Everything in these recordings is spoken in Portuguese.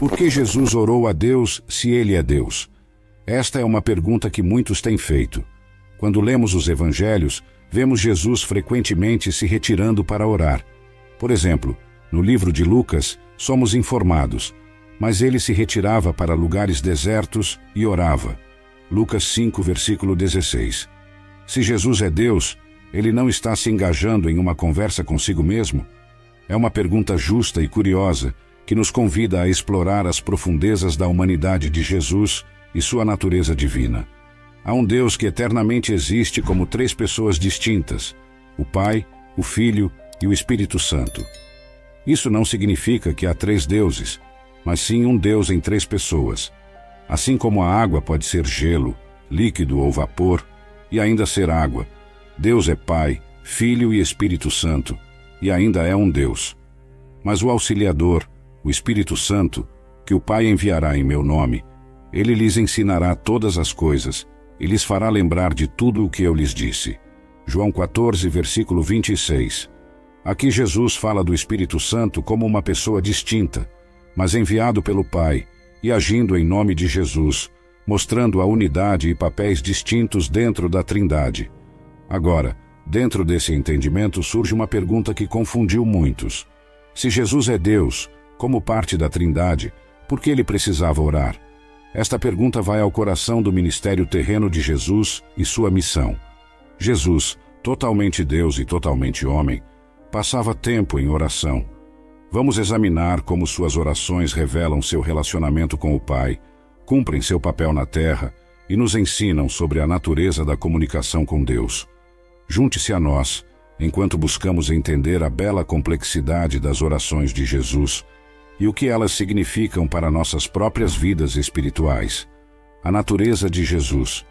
Por que Jesus orou a Deus se ele é Deus? Esta é uma pergunta que muitos têm feito. Quando lemos os evangelhos, vemos Jesus frequentemente se retirando para orar. Por exemplo, no livro de Lucas, somos informados, mas ele se retirava para lugares desertos e orava. Lucas 5, versículo 16. Se Jesus é Deus, ele não está se engajando em uma conversa consigo mesmo? É uma pergunta justa e curiosa que nos convida a explorar as profundezas da humanidade de Jesus e sua natureza divina. Há um Deus que eternamente existe como três pessoas distintas: o Pai, o Filho e o Espírito Santo. Isso não significa que há três deuses, mas sim um Deus em três pessoas. Assim como a água pode ser gelo, líquido ou vapor, e ainda ser água, Deus é Pai, Filho e Espírito Santo, e ainda é um Deus. Mas o Auxiliador, o Espírito Santo, que o Pai enviará em meu nome, ele lhes ensinará todas as coisas e lhes fará lembrar de tudo o que eu lhes disse. João 14, versículo 26. Aqui Jesus fala do Espírito Santo como uma pessoa distinta, mas enviado pelo Pai e agindo em nome de Jesus, mostrando a unidade e papéis distintos dentro da Trindade. Agora, dentro desse entendimento surge uma pergunta que confundiu muitos. Se Jesus é Deus, como parte da Trindade, por que ele precisava orar? Esta pergunta vai ao coração do ministério terreno de Jesus e sua missão. Jesus, totalmente Deus e totalmente homem, passava tempo em oração. Vamos examinar como suas orações revelam seu relacionamento com o Pai, cumprem seu papel na terra e nos ensinam sobre a natureza da comunicação com Deus. Junte-se a nós, enquanto buscamos entender a bela complexidade das orações de Jesus e o que elas significam para nossas próprias vidas espirituais. A natureza de Jesus.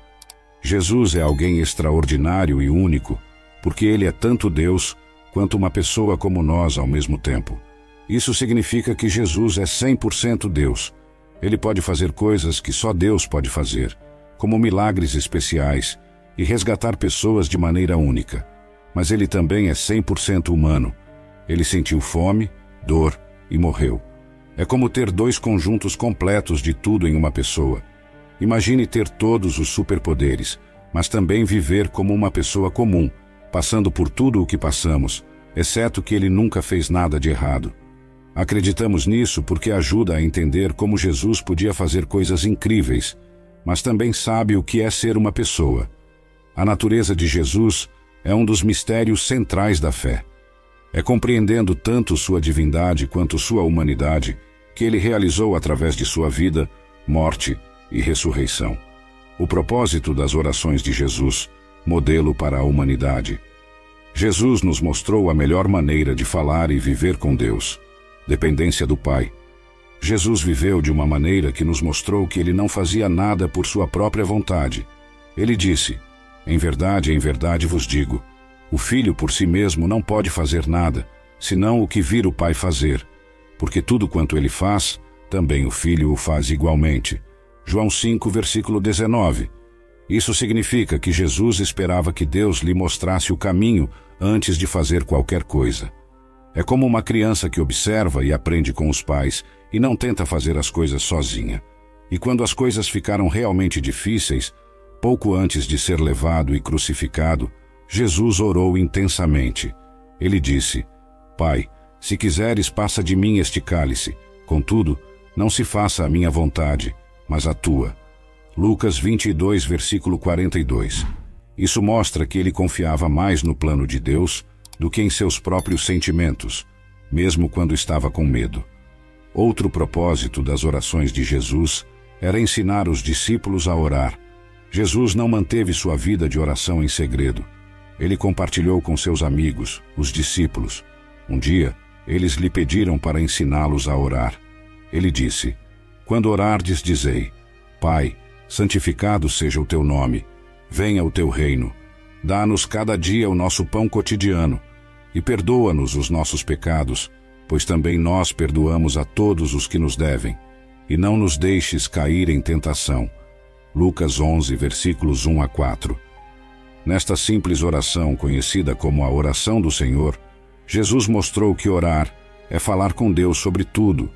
Jesus é alguém extraordinário e único, porque ele é tanto Deus quanto uma pessoa como nós ao mesmo tempo. Isso significa que Jesus é 100% Deus. Ele pode fazer coisas que só Deus pode fazer, como milagres especiais, e resgatar pessoas de maneira única. Mas ele também é 100% humano. Ele sentiu fome, dor e morreu. É como ter dois conjuntos completos de tudo em uma pessoa. Imagine ter todos os superpoderes, mas também viver como uma pessoa comum, passando por tudo o que passamos, exceto que ele nunca fez nada de errado. Acreditamos nisso porque ajuda a entender como Jesus podia fazer coisas incríveis, mas também sabe o que é ser uma pessoa. A natureza de Jesus é um dos mistérios centrais da fé. É compreendendo tanto sua divindade quanto sua humanidade que ele realizou através de sua vida, morte e ressurreição. O propósito das orações de Jesus, modelo para a humanidade. Jesus nos mostrou a melhor maneira de falar e viver com Deus. Dependência do Pai. Jesus viveu de uma maneira que nos mostrou que ele não fazia nada por sua própria vontade. Ele disse: em verdade vos digo, o Filho por si mesmo não pode fazer nada, senão o que vir o Pai fazer, porque tudo quanto ele faz, também o Filho o faz igualmente. João 5, versículo 19. Isso significa que Jesus esperava que Deus lhe mostrasse o caminho antes de fazer qualquer coisa. É como uma criança que observa e aprende com os pais e não tenta fazer as coisas sozinha. E quando as coisas ficaram realmente difíceis, pouco antes de ser levado e crucificado, Jesus orou intensamente. Ele disse: Pai, se quiseres, passa de mim este cálice. Contudo, não se faça a minha vontade, mas a tua. Lucas 22, versículo 42. Isso mostra que ele confiava mais no plano de Deus do que em seus próprios sentimentos, mesmo quando estava com medo. Outro propósito das orações de Jesus era ensinar os discípulos a orar. Jesus não manteve sua vida de oração em segredo. Ele compartilhou com seus amigos, os discípulos. Um dia, eles lhe pediram para ensiná-los a orar. Ele disse: Quando orardes, dizei: Pai, santificado seja o teu nome. Venha o teu reino. Dá-nos cada dia o nosso pão cotidiano. E perdoa-nos os nossos pecados, pois também nós perdoamos a todos os que nos devem. E não nos deixes cair em tentação. Lucas 11, versículos 1 a 4. Nesta simples oração, conhecida como a oração do Senhor, Jesus mostrou que orar é falar com Deus sobre tudo,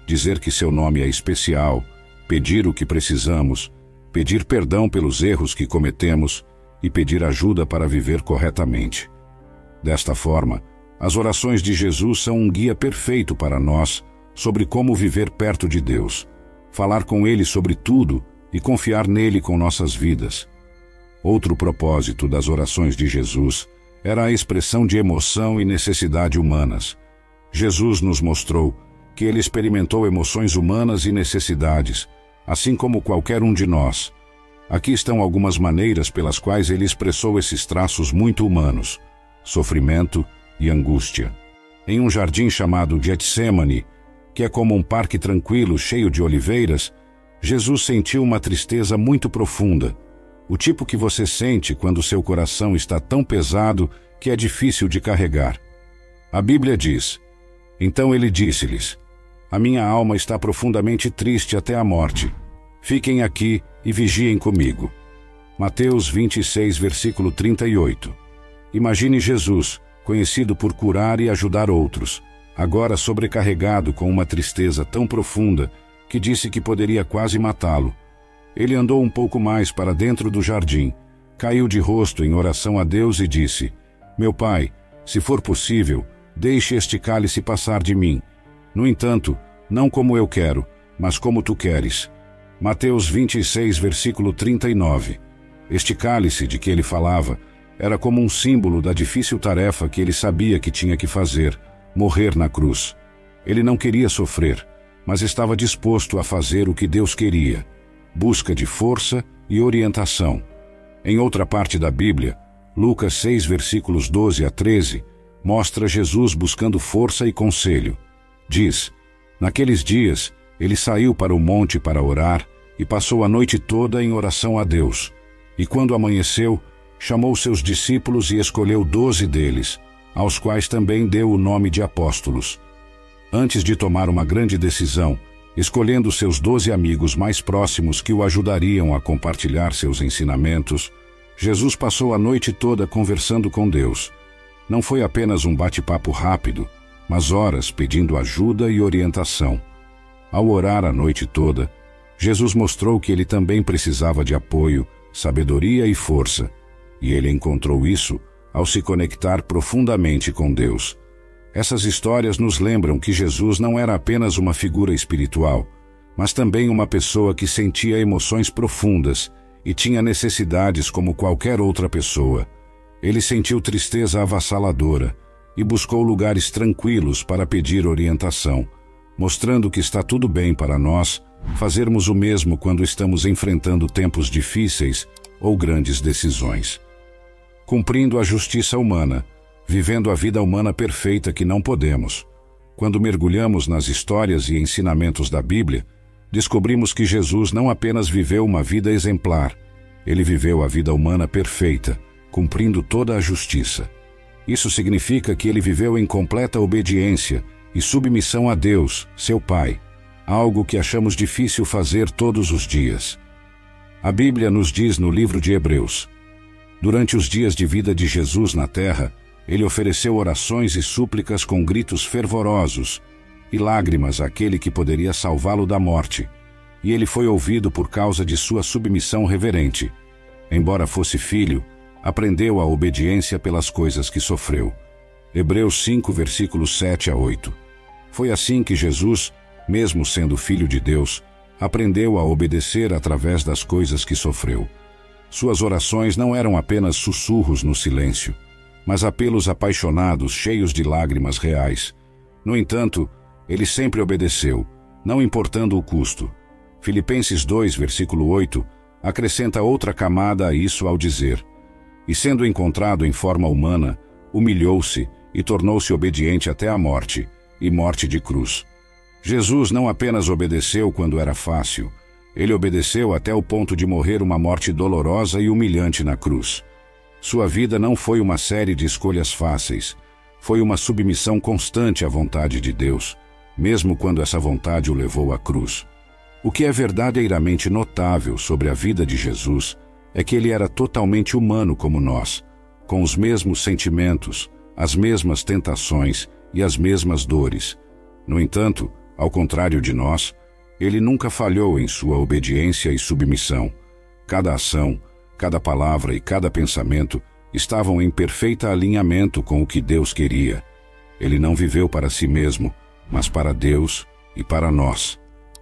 dizer que seu nome é especial, pedir o que precisamos, pedir perdão pelos erros que cometemos e pedir ajuda para viver corretamente. Desta forma, as orações de Jesus são um guia perfeito para nós sobre como viver perto de Deus, falar com Ele sobre tudo e confiar nele com nossas vidas. Outro propósito das orações de Jesus era a expressão de emoção e necessidade humanas. Jesus nos mostrou que ele experimentou emoções humanas e necessidades, assim como qualquer um de nós. Aqui estão algumas maneiras pelas quais ele expressou esses traços muito humanos: sofrimento e angústia. Em um jardim chamado Getsêmani, que é como um parque tranquilo cheio de oliveiras, Jesus sentiu uma tristeza muito profunda, o tipo que você sente quando seu coração está tão pesado que é difícil de carregar. A Bíblia diz: então ele disse-lhes: a minha alma está profundamente triste até a morte. Fiquem aqui e vigiem comigo. Mateus 26, versículo 38. Imagine Jesus, conhecido por curar e ajudar outros, agora sobrecarregado com uma tristeza tão profunda que disse que poderia quase matá-lo. Ele andou um pouco mais para dentro do jardim, caiu de rosto em oração a Deus e disse: meu Pai, se for possível, deixe este cálice passar de mim. No entanto, não como eu quero, mas como tu queres. Mateus 26, versículo 39. Este cálice de que ele falava era como um símbolo da difícil tarefa que ele sabia que tinha que fazer: morrer na cruz. Ele não queria sofrer, mas estava disposto a fazer o que Deus queria: busca de força e orientação. Em outra parte da Bíblia, Lucas 6, versículos 12 a 13, mostra Jesus buscando força e conselho. Diz: naqueles dias, ele saiu para o monte para orar e passou a noite toda em oração a Deus. E quando amanheceu, chamou seus discípulos e escolheu 12 deles, aos quais também deu o nome de apóstolos. Antes de tomar uma grande decisão, escolhendo seus 12 amigos mais próximos que o ajudariam a compartilhar seus ensinamentos, Jesus passou a noite toda conversando com Deus. Não foi apenas um bate-papo rápido, mas horas pedindo ajuda e orientação. Ao orar a noite toda, Jesus mostrou que ele também precisava de apoio, sabedoria e força, e ele encontrou isso ao se conectar profundamente com Deus. Essas histórias nos lembram que Jesus não era apenas uma figura espiritual, mas também uma pessoa que sentia emoções profundas e tinha necessidades como qualquer outra pessoa. Ele sentiu tristeza avassaladora e buscou lugares tranquilos para pedir orientação, mostrando que está tudo bem para nós fazermos o mesmo quando estamos enfrentando tempos difíceis ou grandes decisões. Cumprindo a justiça humana, vivendo a vida humana perfeita que não podemos. Quando mergulhamos nas histórias e ensinamentos da Bíblia, descobrimos que Jesus não apenas viveu uma vida exemplar, ele viveu a vida humana perfeita, cumprindo toda a justiça. Isso significa que ele viveu em completa obediência e submissão a Deus, seu Pai, algo que achamos difícil fazer todos os dias. A Bíblia nos diz no livro de Hebreus: durante os dias de vida de Jesus na terra, ele ofereceu orações e súplicas com gritos fervorosos e lágrimas àquele que poderia salvá-lo da morte, e ele foi ouvido por causa de sua submissão reverente. Embora fosse filho, aprendeu a obediência pelas coisas que sofreu. Hebreus 5, versículos 7 a 8. Foi assim que Jesus, mesmo sendo filho de Deus, aprendeu a obedecer através das coisas que sofreu. Suas orações não eram apenas sussurros no silêncio, mas apelos apaixonados, cheios de lágrimas reais. No entanto, ele sempre obedeceu, não importando o custo. Filipenses 2, versículo 8, acrescenta outra camada a isso ao dizer: e sendo encontrado em forma humana, humilhou-se e tornou-se obediente até a morte, e morte de cruz. Jesus não apenas obedeceu quando era fácil, ele obedeceu até o ponto de morrer uma morte dolorosa e humilhante na cruz. Sua vida não foi uma série de escolhas fáceis, foi uma submissão constante à vontade de Deus, mesmo quando essa vontade o levou à cruz. O que é verdadeiramente notável sobre a vida de Jesus é que ele era totalmente humano como nós, com os mesmos sentimentos, as mesmas tentações e as mesmas dores. No entanto, Ao contrário de nós, ele nunca falhou em sua obediência e submissão. Cada ação, cada palavra e cada pensamento estavam em perfeito alinhamento com o que Deus queria. Ele não viveu para si mesmo, mas para Deus e para nós.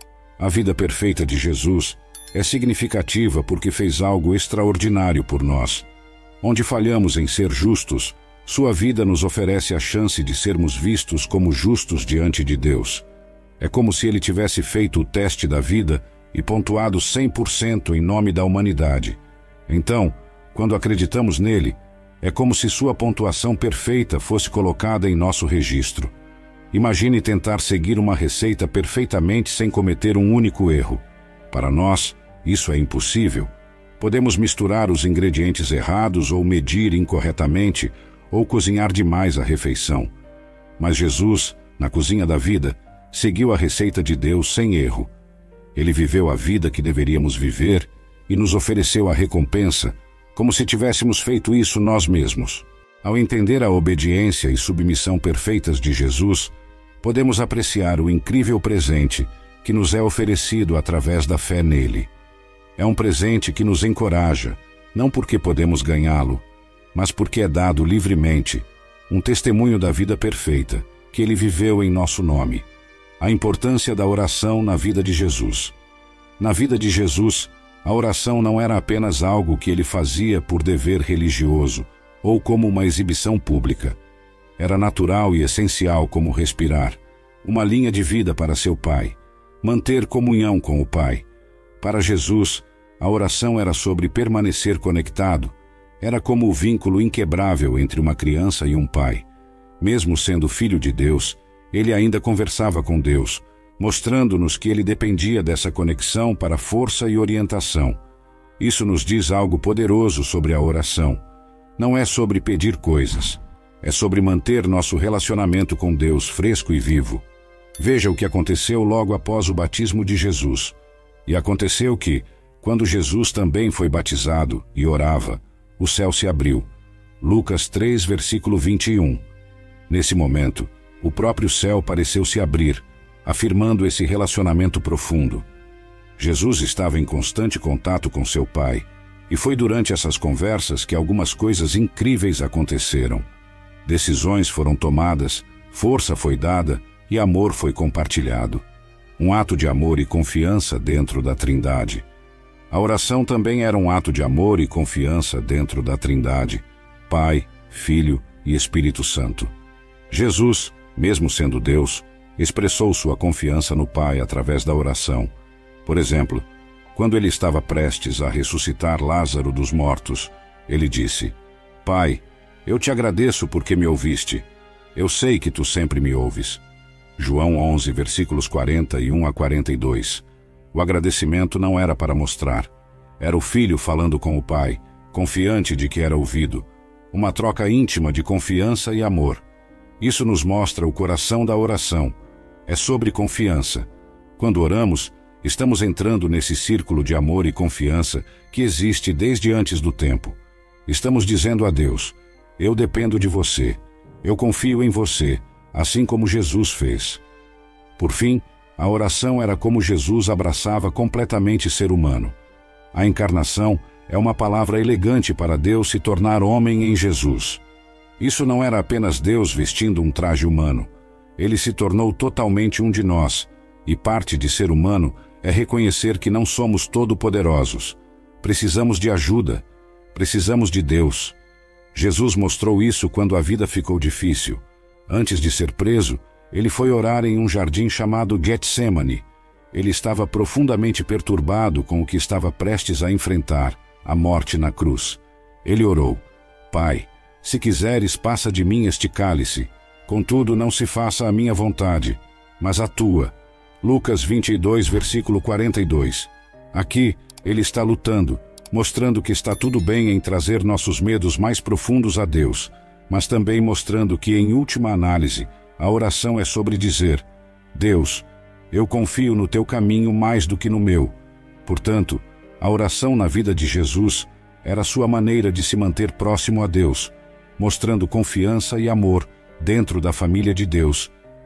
A vida perfeita de Jesus é significativa porque fez algo extraordinário por nós. Onde falhamos em ser justos, sua vida nos oferece a chance de sermos vistos como justos diante de Deus. É como se ele tivesse feito o teste da vida e pontuado 100% em nome da humanidade. Então, quando acreditamos nele, é como se sua pontuação perfeita fosse colocada em nosso registro. Imagine tentar seguir uma receita perfeitamente sem cometer um único erro. Para nós, isso é impossível. Podemos misturar os ingredientes errados ou medir incorretamente ou cozinhar demais a refeição. Mas Jesus, na cozinha da vida, seguiu a receita de Deus sem erro. Ele viveu a vida que deveríamos viver e nos ofereceu a recompensa, como se tivéssemos feito isso nós mesmos. Ao entender a obediência e submissão perfeitas de Jesus, podemos apreciar o incrível presente que nos é oferecido através da fé nele. É um presente que nos encoraja, não porque podemos ganhá-lo, mas porque é dado livremente, um testemunho da vida perfeita que ele viveu em nosso nome. A importância da oração na vida de Jesus. Na vida de Jesus, a oração não era apenas algo que ele fazia por dever religioso ou como uma exibição pública. Era natural e essencial como respirar, uma linha de vida para seu Pai, manter comunhão com o Pai. Para Jesus, a oração era sobre permanecer conectado, era como o vínculo inquebrável entre uma criança e um pai. Mesmo sendo filho de Deus, ele ainda conversava com Deus, mostrando-nos que ele dependia dessa conexão para força e orientação. Isso nos diz algo poderoso sobre a oração. Não é sobre pedir coisas, é sobre manter nosso relacionamento com Deus fresco e vivo. Veja o que aconteceu logo após o batismo de Jesus. E aconteceu que, quando Jesus também foi batizado e orava, o céu se abriu. Lucas 3, versículo 21. Nesse momento, o próprio céu pareceu se abrir, afirmando esse relacionamento profundo. Jesus estava em constante contato com seu Pai, e foi durante essas conversas que algumas coisas incríveis aconteceram. Decisões foram tomadas, força foi dada e amor foi compartilhado. Um ato de amor e confiança dentro da Trindade. A oração também era um ato de amor e confiança dentro da Trindade, Pai, Filho e Espírito Santo. Jesus, mesmo sendo Deus, expressou sua confiança no Pai através da oração. Por exemplo, quando ele estava prestes a ressuscitar Lázaro dos mortos, ele disse: Pai, eu te agradeço porque me ouviste. Eu sei que tu sempre me ouves. João 11, versículos 41 a 42. O agradecimento não era para mostrar. Era o filho falando com o Pai, confiante de que era ouvido. Uma troca íntima de confiança e amor. Isso nos mostra o coração da oração. É sobre confiança. Quando oramos, estamos entrando nesse círculo de amor e confiança que existe desde antes do tempo. Estamos dizendo a Deus: eu dependo de você. Eu confio em você, assim como Jesus fez. Por fim, a oração era como Jesus abraçava completamente ser humano. A encarnação é uma palavra elegante para Deus se tornar homem em Jesus. Isso não era apenas Deus vestindo um traje humano. Ele se tornou totalmente um de nós, e parte de ser humano é reconhecer que não somos todo-poderosos. Precisamos de ajuda. Precisamos de Deus. Jesus mostrou isso quando a vida ficou difícil. Antes de ser preso, ele foi orar em um jardim chamado Getsemane. Ele estava profundamente perturbado com o que estava prestes a enfrentar, a morte na cruz. Ele orou: Pai, se quiseres, passa de mim este cálice. Contudo, não se faça a minha vontade, mas a tua. Lucas 22, versículo 42. Aqui, ele está lutando, mostrando que está tudo bem em trazer nossos medos mais profundos a Deus, mas também mostrando que, em última análise, a oração é sobre dizer: Deus, eu confio no teu caminho mais do que no meu. Portanto, a oração na vida de Jesus era sua maneira de se manter próximo a Deus, mostrando confiança e amor dentro da família de Deus,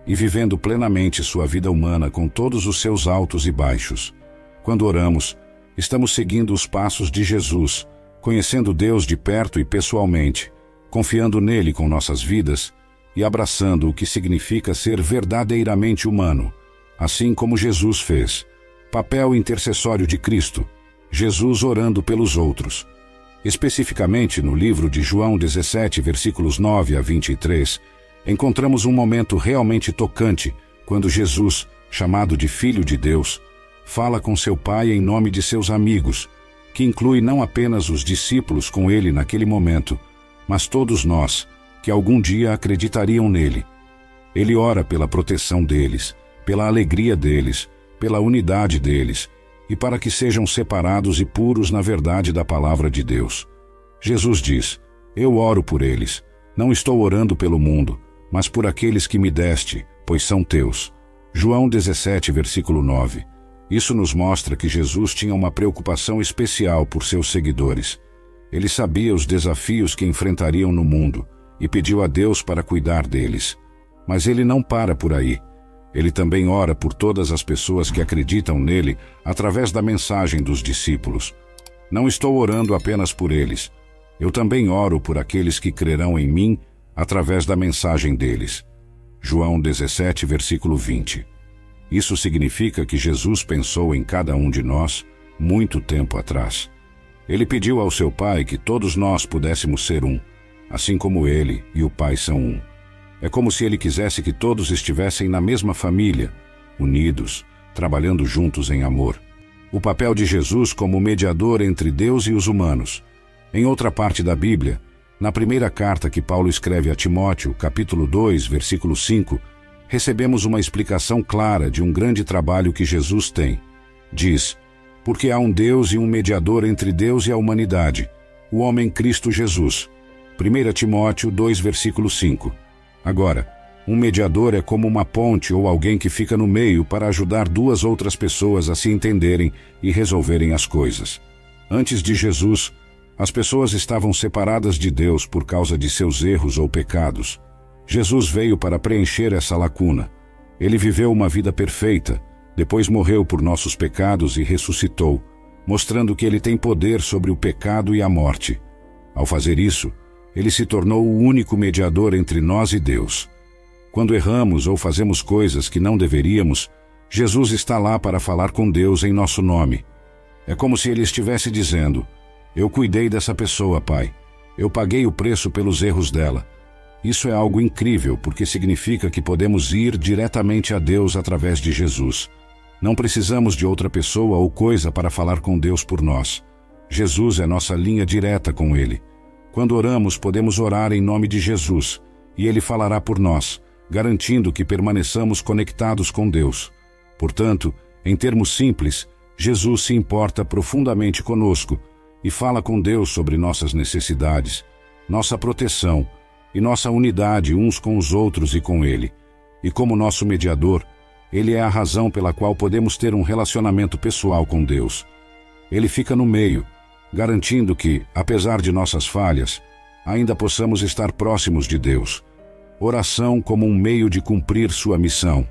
e vivendo plenamente sua vida humana com todos os seus altos e baixos. Quando oramos, estamos seguindo os passos de Jesus, conhecendo Deus de perto e pessoalmente, confiando nele com nossas vidas e abraçando o que significa ser verdadeiramente humano, assim como Jesus fez. Papel intercessório de Cristo, Jesus orando pelos outros. Especificamente no livro de João 17, versículos 9 a 23, encontramos um momento realmente tocante quando Jesus, chamado de Filho de Deus, fala com seu Pai em nome de seus amigos, que inclui não apenas os discípulos com ele naquele momento, mas todos nós, que algum dia acreditariam nele. Ele ora pela proteção deles, pela alegria deles, pela unidade deles, e para que sejam separados e puros na verdade da palavra de Deus. Jesus diz: eu oro por eles, não estou orando pelo mundo, mas por aqueles que me deste, pois são teus. João 17, versículo 9. Isso nos mostra que Jesus tinha uma preocupação especial por seus seguidores. Ele sabia os desafios que enfrentariam no mundo e pediu a Deus para cuidar deles. Mas ele não para por aí. Ele também ora por todas as pessoas que acreditam nele através da mensagem dos discípulos. Não estou orando apenas por eles. Eu também oro por aqueles que crerão em mim através da mensagem deles. João 17, versículo 20. Isso significa que Jesus pensou em cada um de nós muito tempo atrás. Ele pediu ao seu Pai que todos nós pudéssemos ser um, assim como ele e o Pai são um. É como se ele quisesse que todos estivessem na mesma família, unidos, trabalhando juntos em amor. O papel de Jesus como mediador entre Deus e os humanos. Em outra parte da Bíblia, na primeira carta que Paulo escreve a Timóteo, capítulo 2, versículo 5, recebemos uma explicação clara de um grande trabalho que Jesus tem. Diz: porque há um Deus e um mediador entre Deus e a humanidade, o homem Cristo Jesus. 1 Timóteo 2, versículo 5. Agora, um mediador é como uma ponte ou alguém que fica no meio para ajudar duas outras pessoas a se entenderem e resolverem as coisas. Antes de Jesus, as pessoas estavam separadas de Deus por causa de seus erros ou pecados. Jesus veio para preencher essa lacuna. Ele viveu uma vida perfeita, depois morreu por nossos pecados e ressuscitou, mostrando que ele tem poder sobre o pecado e a morte. Ao fazer isso, ele se tornou o único mediador entre nós e Deus. Quando erramos ou fazemos coisas que não deveríamos, Jesus está lá para falar com Deus em nosso nome. É como se ele estivesse dizendo: eu cuidei dessa pessoa, Pai. Eu paguei o preço pelos erros dela. Isso é algo incrível, porque significa que podemos ir diretamente a Deus através de Jesus. Não precisamos de outra pessoa ou coisa para falar com Deus por nós. Jesus é nossa linha direta com Ele. Quando oramos, podemos orar em nome de Jesus, e Ele falará por nós, garantindo que permaneçamos conectados com Deus. Portanto, em termos simples, Jesus se importa profundamente conosco e fala com Deus sobre nossas necessidades, nossa proteção e nossa unidade uns com os outros e com Ele. E como nosso mediador, Ele é a razão pela qual podemos ter um relacionamento pessoal com Deus. Ele fica no meio, garantindo que, apesar de nossas falhas, ainda possamos estar próximos de Deus. Oração como um meio de cumprir sua missão.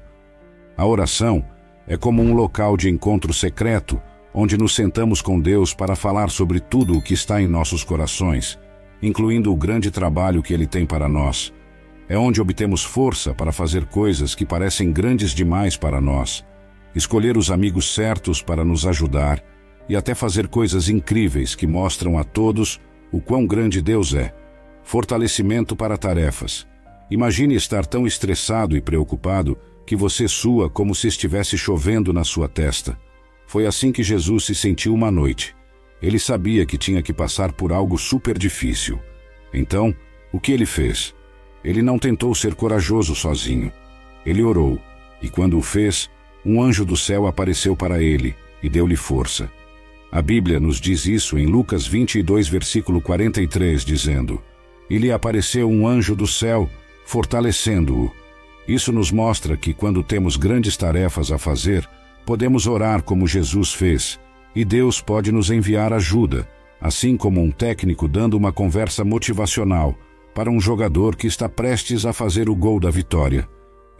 A oração é como um local de encontro secreto, onde nos sentamos com Deus para falar sobre tudo o que está em nossos corações, incluindo o grande trabalho que Ele tem para nós. É onde obtemos força para fazer coisas que parecem grandes demais para nós, escolher os amigos certos para nos ajudar e até fazer coisas incríveis que mostram a todos o quão grande Deus é. Fortalecimento para tarefas. Imagine estar tão estressado e preocupado que você sua como se estivesse chovendo na sua testa. Foi assim que Jesus se sentiu uma noite. Ele sabia que tinha que passar por algo super difícil. Então, o que ele fez? Ele não tentou ser corajoso sozinho. Ele orou, e quando o fez, um anjo do céu apareceu para ele e deu-lhe força. A Bíblia nos diz isso em Lucas 22, versículo 43, dizendo: e lhe apareceu um anjo do céu, fortalecendo-o. Isso nos mostra que quando temos grandes tarefas a fazer, podemos orar como Jesus fez, e Deus pode nos enviar ajuda, assim como um técnico dando uma conversa motivacional para um jogador que está prestes a fazer o gol da vitória.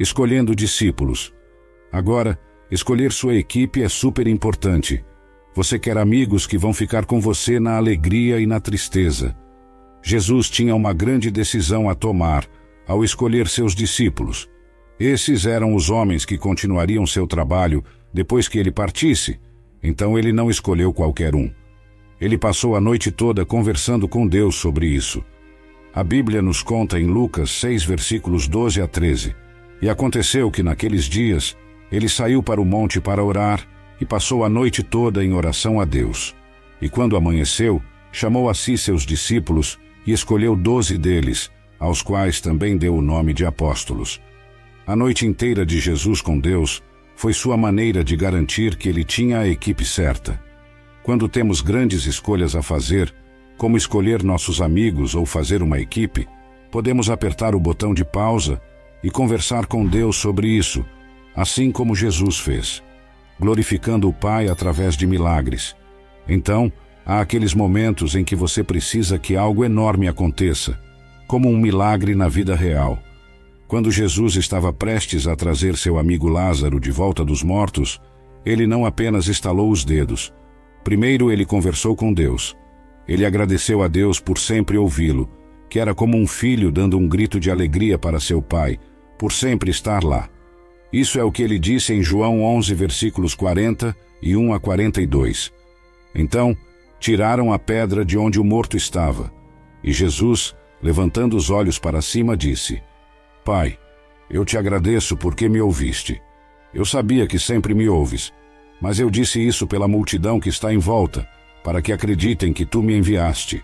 escolhendo discípulos. Agora, escolher sua equipe é super importante. Você quer amigos que vão ficar com você na alegria e na tristeza. Jesus tinha uma grande decisão a tomar ao escolher seus discípulos. Esses eram os homens que continuariam seu trabalho depois que ele partisse, então ele não escolheu qualquer um. Ele passou a noite toda conversando com Deus sobre isso. A Bíblia nos conta em Lucas 6, versículos 12 a 13. E aconteceu que naqueles dias ele saiu para o monte para orar e passou a noite toda em oração a Deus. E quando amanheceu, chamou a si seus discípulos e escolheu 12 deles, aos quais também deu o nome de apóstolos. A noite inteira de Jesus com Deus foi sua maneira de garantir que ele tinha a equipe certa. Quando temos grandes escolhas a fazer, como escolher nossos amigos ou fazer uma equipe, podemos apertar o botão de pausa e conversar com Deus sobre isso, assim como Jesus fez, glorificando o Pai através de milagres. Então, há aqueles momentos em que você precisa que algo enorme aconteça, como um milagre na vida real. Quando Jesus estava prestes a trazer seu amigo Lázaro de volta dos mortos, ele não apenas estalou os dedos. Primeiro ele conversou com Deus. Ele agradeceu a Deus por sempre ouvi-lo, que era como um filho dando um grito de alegria para seu pai, por sempre estar lá. Isso é o que ele disse em João 11, versículos 40 e 1 a 42. Então, tiraram a pedra de onde o morto estava. E Jesus, levantando os olhos para cima, disse: Pai, eu te agradeço porque me ouviste. Eu sabia que sempre me ouves, mas eu disse isso pela multidão que está em volta, para que acreditem que tu me enviaste.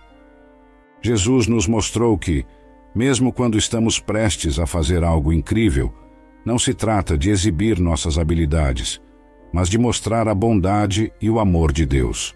Jesus nos mostrou que, mesmo quando estamos prestes a fazer algo incrível, não se trata de exibir nossas habilidades, mas de mostrar a bondade e o amor de Deus.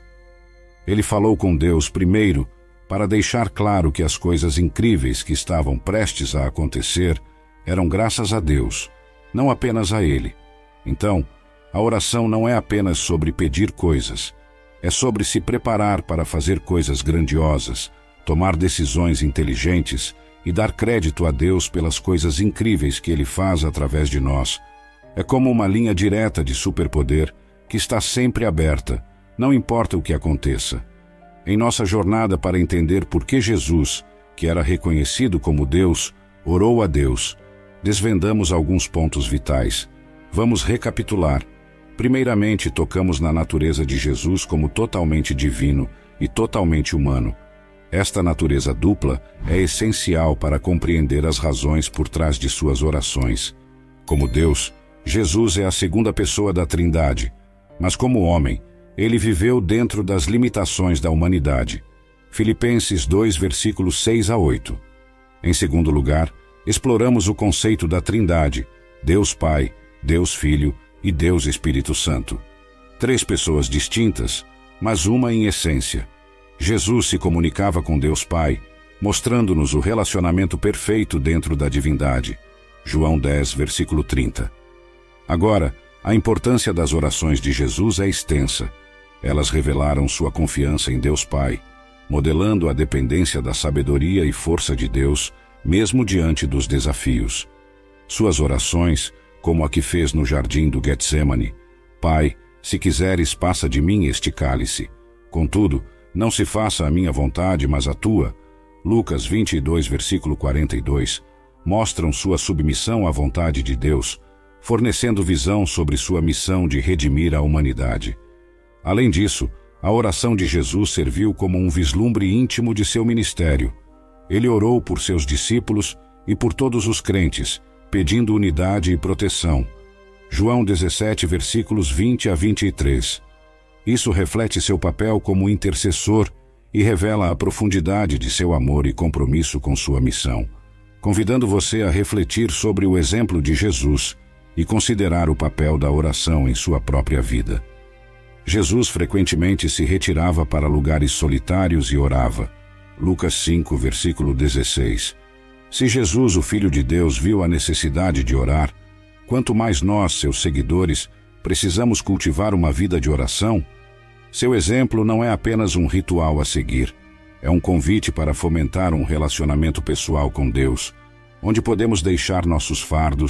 Ele falou com Deus primeiro para deixar claro que as coisas incríveis que estavam prestes a acontecer eram graças a Deus, não apenas a Ele. Então, a oração não é apenas sobre pedir coisas, é sobre se preparar para fazer coisas grandiosas, tomar decisões inteligentes e dar crédito a Deus pelas coisas incríveis que Ele faz através de nós. É como uma linha direta de superpoder que está sempre aberta, não importa o que aconteça. Em nossa jornada para entender por que Jesus, que era reconhecido como Deus, orou a Deus, desvendamos alguns pontos vitais. Vamos recapitular. Primeiramente, tocamos na natureza de Jesus como totalmente divino e totalmente humano. Esta natureza dupla é essencial para compreender as razões por trás de suas orações. Como Deus, Jesus é a segunda pessoa da Trindade, mas como homem, ele viveu dentro das limitações da humanidade. Filipenses 2, versículos 6 a 8. Em segundo lugar, exploramos o conceito da Trindade, Deus Pai, Deus Filho e Deus Espírito Santo. Três pessoas distintas, mas uma em essência. Jesus se comunicava com Deus Pai, mostrando-nos o relacionamento perfeito dentro da divindade. João 10, versículo 30. Agora, a importância das orações de Jesus é extensa. Elas revelaram sua confiança em Deus Pai, modelando a dependência da sabedoria e força de Deus, mesmo diante dos desafios. Suas orações, como a que fez no jardim do Getsêmani: Pai, se quiseres, passa de mim este cálice. Contudo, não se faça a minha vontade, mas a tua. Lucas 22, versículo 42, mostram sua submissão à vontade de Deus, fornecendo visão sobre sua missão de redimir a humanidade. Além disso, a oração de Jesus serviu como um vislumbre íntimo de seu ministério. Ele orou por seus discípulos e por todos os crentes, pedindo unidade e proteção. João 17, versículos 20 a 23. Isso reflete seu papel como intercessor e revela a profundidade de seu amor e compromisso com sua missão, convidando você a refletir sobre o exemplo de Jesus e considerar o papel da oração em sua própria vida. Jesus frequentemente se retirava para lugares solitários e orava. Lucas 5, versículo 16. Se Jesus, o Filho de Deus, viu a necessidade de orar, quanto mais nós, seus seguidores, precisamos cultivar uma vida de oração. Seu exemplo não é apenas um ritual a seguir, é um convite para fomentar um relacionamento pessoal com Deus, onde podemos deixar nossos fardos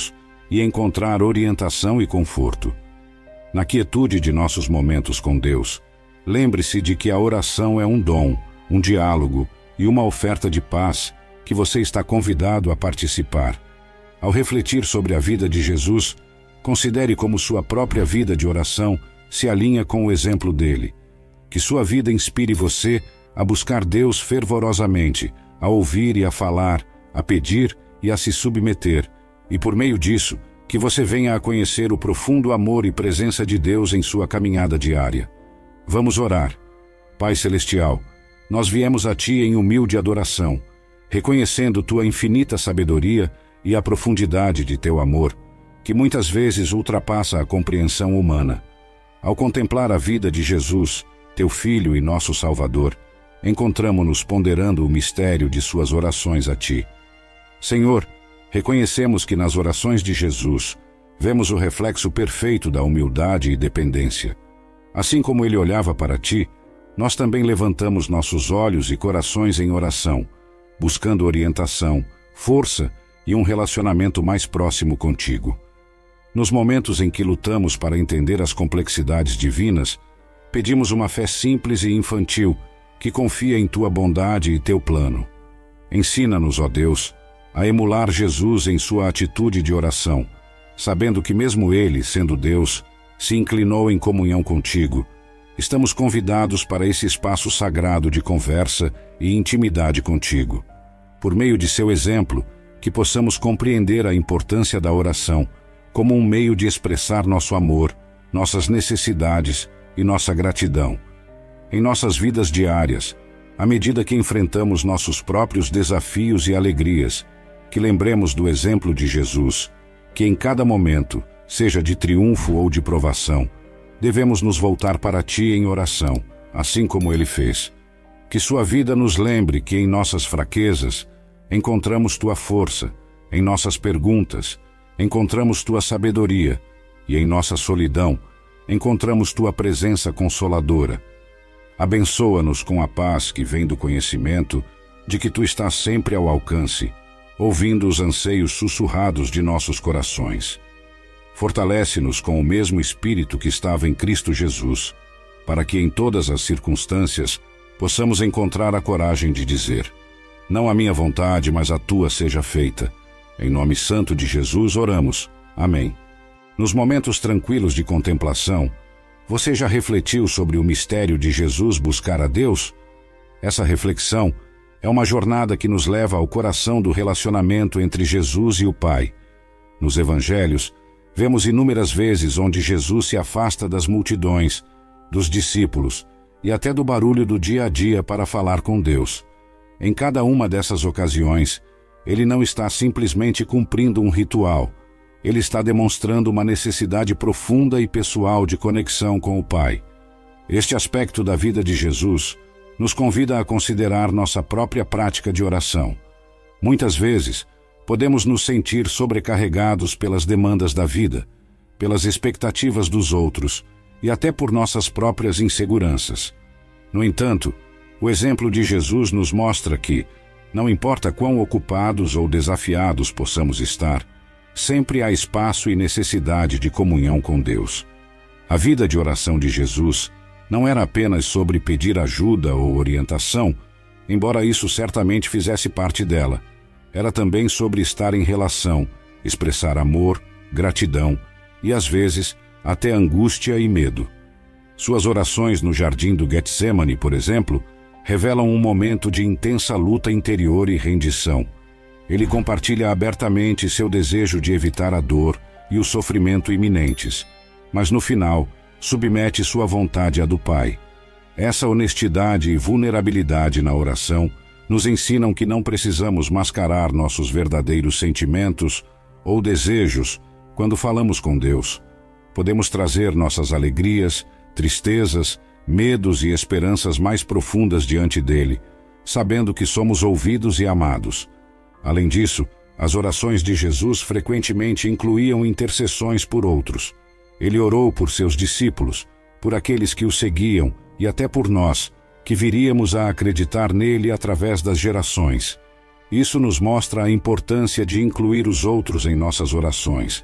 e encontrar orientação e conforto. Na quietude de nossos momentos com Deus, lembre-se de que a oração é um dom, um diálogo e uma oferta de paz que você está convidado a participar. Ao refletir sobre a vida de Jesus, considere como sua própria vida de oração se alinha com o exemplo dele. Que sua vida inspire você a buscar Deus fervorosamente, a ouvir e a falar, a pedir e a se submeter, e por meio disso, que você venha a conhecer o profundo amor e presença de Deus em sua caminhada diária. Vamos orar. Pai Celestial, nós viemos a Ti em humilde adoração, reconhecendo Tua infinita sabedoria e a profundidade de Teu amor, que muitas vezes ultrapassa a compreensão humana. Ao contemplar a vida de Jesus, Teu Filho e nosso Salvador, encontramo-nos ponderando o mistério de Suas orações a Ti. Senhor, reconhecemos que nas orações de Jesus vemos o reflexo perfeito da humildade e dependência. Assim como Ele olhava para Ti, nós também levantamos nossos olhos e corações em oração, buscando orientação, força e um relacionamento mais próximo contigo. Nos momentos em que lutamos para entender as complexidades divinas, pedimos uma fé simples e infantil que confia em Tua bondade e Teu plano. Ensina-nos, ó Deus, a emular Jesus em sua atitude de oração, sabendo que mesmo Ele, sendo Deus, se inclinou em comunhão contigo. Estamos convidados para esse espaço sagrado de conversa e intimidade contigo. Por meio de seu exemplo, que possamos compreender a importância da oração como um meio de expressar nosso amor, nossas necessidades e nossa gratidão. Em nossas vidas diárias, à medida que enfrentamos nossos próprios desafios e alegrias, que lembremos do exemplo de Jesus, que em cada momento, seja de triunfo ou de provação, devemos nos voltar para Ti em oração, assim como Ele fez. Que sua vida nos lembre que em nossas fraquezas encontramos Tua força, em nossas perguntas encontramos Tua sabedoria e em nossa solidão encontramos Tua presença consoladora. Abençoa-nos com a paz que vem do conhecimento de que Tu estás sempre ao alcance, ouvindo os anseios sussurrados de nossos corações. Fortalece-nos com o mesmo Espírito que estava em Cristo Jesus, para que em todas as circunstâncias possamos encontrar a coragem de dizer: não a minha vontade, mas a Tua seja feita. Em nome santo de Jesus oramos. Amém. Nos momentos tranquilos de contemplação, você já refletiu sobre o mistério de Jesus buscar a Deus? Essa reflexão é uma jornada que nos leva ao coração do relacionamento entre Jesus e o Pai. Nos Evangelhos, vemos inúmeras vezes onde Jesus se afasta das multidões, dos discípulos e até do barulho do dia a dia para falar com Deus. Em cada uma dessas ocasiões, Ele não está simplesmente cumprindo um ritual, Ele está demonstrando uma necessidade profunda e pessoal de conexão com o Pai. Este aspecto da vida de Jesus nos convida a considerar nossa própria prática de oração. Muitas vezes, podemos nos sentir sobrecarregados pelas demandas da vida, pelas expectativas dos outros e até por nossas próprias inseguranças. No entanto, o exemplo de Jesus nos mostra que, não importa quão ocupados ou desafiados possamos estar, sempre há espaço e necessidade de comunhão com Deus. A vida de oração de Jesus não era apenas sobre pedir ajuda ou orientação, embora isso certamente fizesse parte dela. Era também sobre estar em relação, expressar amor, gratidão e, às vezes, até angústia e medo. Suas orações no jardim do Getsêmani, por exemplo, revelam um momento de intensa luta interior e rendição. Ele compartilha abertamente seu desejo de evitar a dor e o sofrimento iminentes, mas no final, submete sua vontade à do Pai. Essa honestidade e vulnerabilidade na oração nos ensinam que não precisamos mascarar nossos verdadeiros sentimentos ou desejos quando falamos com Deus. Podemos trazer nossas alegrias, tristezas, medos e esperanças mais profundas diante dele, sabendo que somos ouvidos e amados. Além disso, as orações de Jesus frequentemente incluíam intercessões por outros. Ele orou por seus discípulos, por aqueles que o seguiam e até por nós, que viríamos a acreditar nele através das gerações. Isso nos mostra a importância de incluir os outros em nossas orações,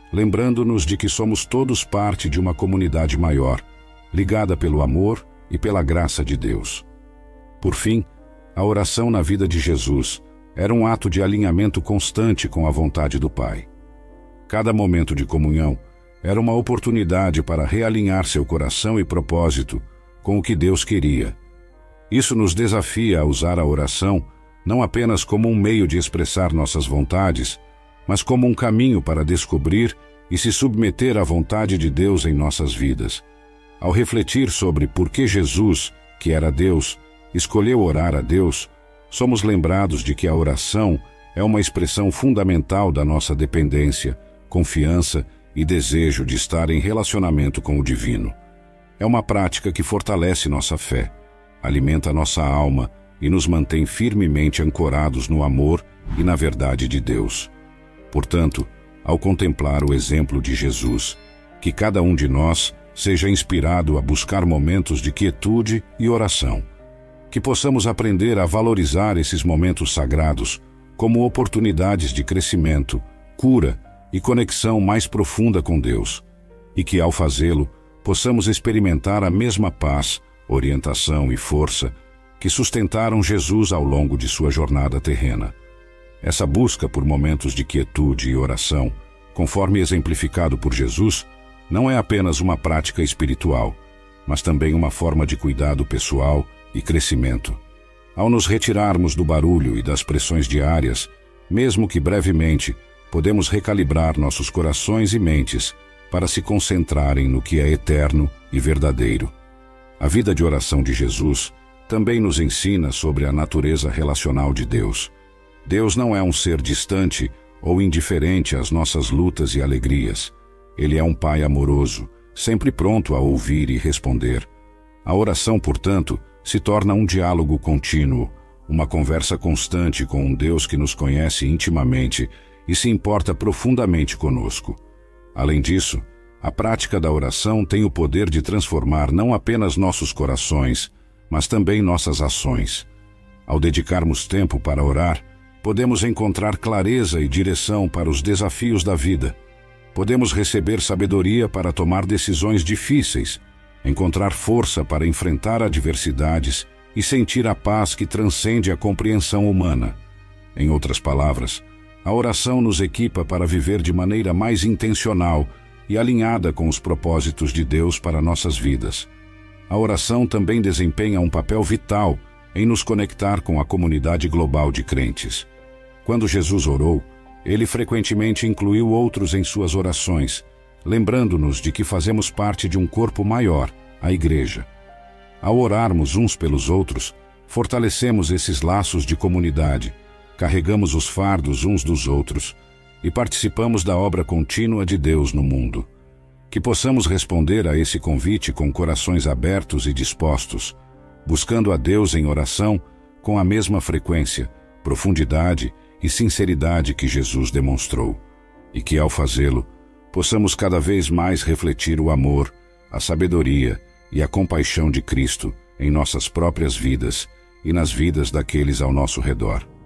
lembrando-nos de que somos todos parte de uma comunidade maior, ligada pelo amor e pela graça de Deus. Por fim, a oração na vida de Jesus era um ato de alinhamento constante com a vontade do Pai. Cada momento de comunhão era uma oportunidade para realinhar seu coração e propósito com o que Deus queria. Isso nos desafia a usar a oração não apenas como um meio de expressar nossas vontades, mas como um caminho para descobrir e se submeter à vontade de Deus em nossas vidas. Ao refletir sobre por que Jesus, que era Deus, escolheu orar a Deus, somos lembrados de que a oração é uma expressão fundamental da nossa dependência, confiança e desejo de estar em relacionamento com o divino. É uma prática que fortalece nossa fé, alimenta nossa alma e nos mantém firmemente ancorados no amor e na verdade de Deus. Portanto, ao contemplar o exemplo de Jesus, que cada um de nós seja inspirado a buscar momentos de quietude e oração. Que possamos aprender a valorizar esses momentos sagrados como oportunidades de crescimento, cura e conexão mais profunda com Deus. E que, ao fazê-lo, possamos experimentar a mesma paz, orientação e força que sustentaram Jesus ao longo de sua jornada terrena. Essa busca por momentos de quietude e oração, conforme exemplificado por Jesus, não é apenas uma prática espiritual, mas também uma forma de cuidado pessoal e crescimento. Ao nos retirarmos do barulho e das pressões diárias, mesmo que brevemente, podemos recalibrar nossos corações e mentes para se concentrarem no que é eterno e verdadeiro. A vida de oração de Jesus também nos ensina sobre a natureza relacional de Deus. Deus não é um ser distante ou indiferente às nossas lutas e alegrias. Ele é um Pai amoroso, sempre pronto a ouvir e responder. A oração, portanto, se torna um diálogo contínuo, uma conversa constante com um Deus que nos conhece intimamente e se importa profundamente conosco. Além disso, a prática da oração tem o poder de transformar não apenas nossos corações, mas também nossas ações. Ao dedicarmos tempo para orar, podemos encontrar clareza e direção para os desafios da vida. Podemos receber sabedoria para tomar decisões difíceis, encontrar força para enfrentar adversidades e sentir a paz que transcende a compreensão humana. Em outras palavras, a oração nos equipa para viver de maneira mais intencional e alinhada com os propósitos de Deus para nossas vidas. A oração também desempenha um papel vital em nos conectar com a comunidade global de crentes. Quando Jesus orou, ele frequentemente incluiu outros em suas orações, lembrando-nos de que fazemos parte de um corpo maior, a Igreja. Ao orarmos uns pelos outros, fortalecemos esses laços de comunidade, carregamos os fardos uns dos outros e participamos da obra contínua de Deus no mundo. Que possamos responder a esse convite com corações abertos e dispostos, buscando a Deus em oração com a mesma frequência, profundidade e sinceridade que Jesus demonstrou, e que, ao fazê-lo, possamos cada vez mais refletir o amor, a sabedoria e a compaixão de Cristo em nossas próprias vidas e nas vidas daqueles ao nosso redor.